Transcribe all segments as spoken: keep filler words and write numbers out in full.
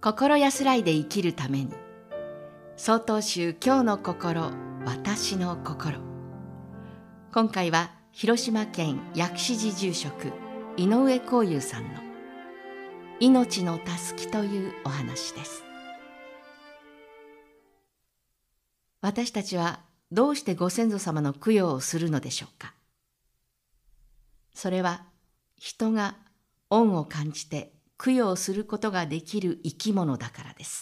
心安らいで生きるために。曹洞宗今日の心、私の心。今回は広島県薬師寺住職井上光雄さんの命のたすきというお話です。私たちはどうしてご先祖様の供養をするのでしょうか。それは人が恩を感じて供養することができる生き物だからです。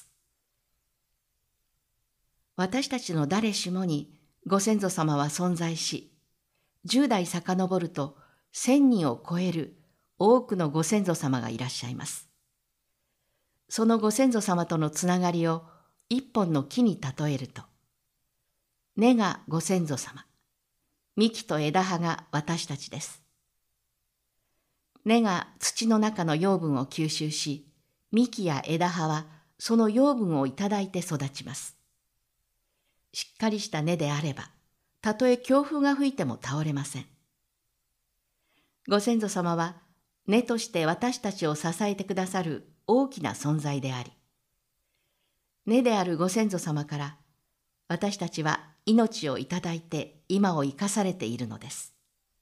私たちの誰しもにご先祖様は存在し、十代遡ると千人を超える多くのご先祖様がいらっしゃいます。そのご先祖様とのつながりを一本の木に例えると、根がご先祖様、幹と枝葉が私たちです。根が土の中の養分を吸収し、幹や枝葉はその養分をいただいて育ちます。しっかりした根であれば、たとえ強風が吹いても倒れません。ご先祖様は根として私たちを支えてくださる大きな存在であり、根であるご先祖様から私たちは命をいただいて今を生かされているのです。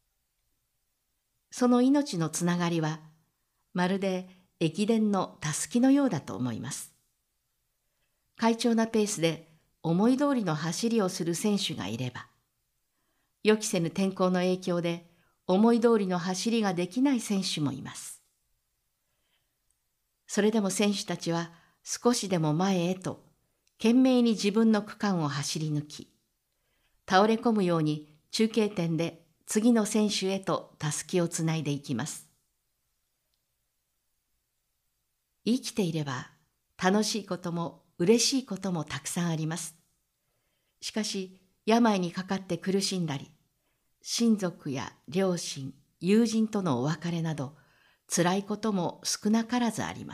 その命のつながりはまるで駅伝のたすきのようだと思います。快調なペースで思い通りの走りをする選手がいれば、予期せぬ天候の影響で思い通りの走りができない選手もいます。それでも選手たちは少しでも前へと懸命に自分の区間を走り抜き、倒れ込むように中継点で次の選手へとたすきをつないでいきます。生きていれば楽しいことも嬉しいこともたくさんあります。しかし病にかかって苦しんだり、親族や両親、友人とのお別れなど辛いことも少なからずあります。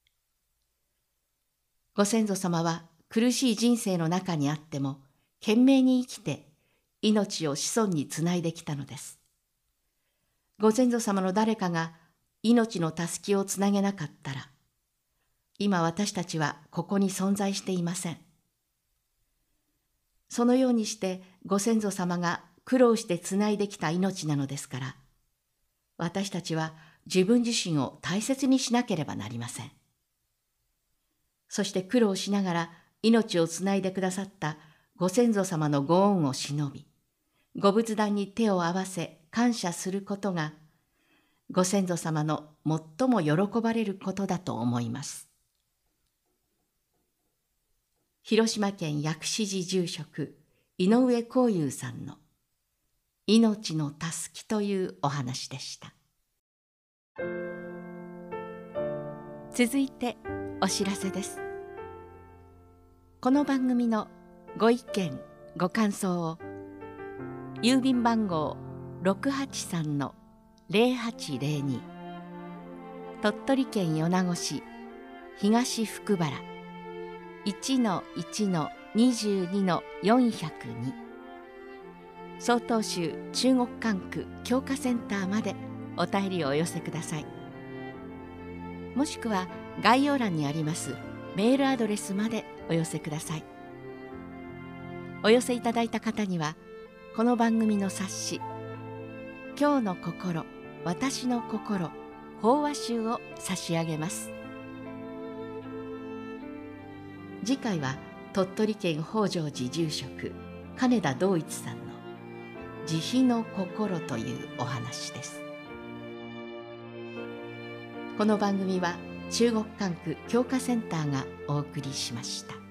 ご先祖様は苦しい人生の中にあっても懸命に生きて命を子孫につないできたのです。ご先祖様の誰かが命のたすきをつなげなかったら、今私たちはここに存在していません。そのようにしてご先祖様が苦労してつないできた命なのですから、私たちは自分自身を大切にしなければなりません。そして苦労しながら命をつないでくださったご先祖様のご恩を忍び、ご仏壇に手を合わせ感謝することが、ご先祖様の最も喜ばれることだと思います。広島県薬師寺住職井上光雄さんの命のたすきというお話でした。続いてお知らせです。この番組のご意見ご感想を郵便番号 ろくはちさんのぜろはちぜろに 鳥取県米子市東福原 いちのいちのにじゅうにのよんひゃくに 曹洞宗中国管区教化センターまでお便りをお寄せください。もしくは概要欄にありますメールアドレスまでお寄せください。お寄せいただいた方にはこの番組の冊子「今日の心、私の心」法話集を差し上げます。次回は鳥取県北条寺住職金田道一さんの慈悲の心というお話です。この番組は中国管区教化センターがお送りしました。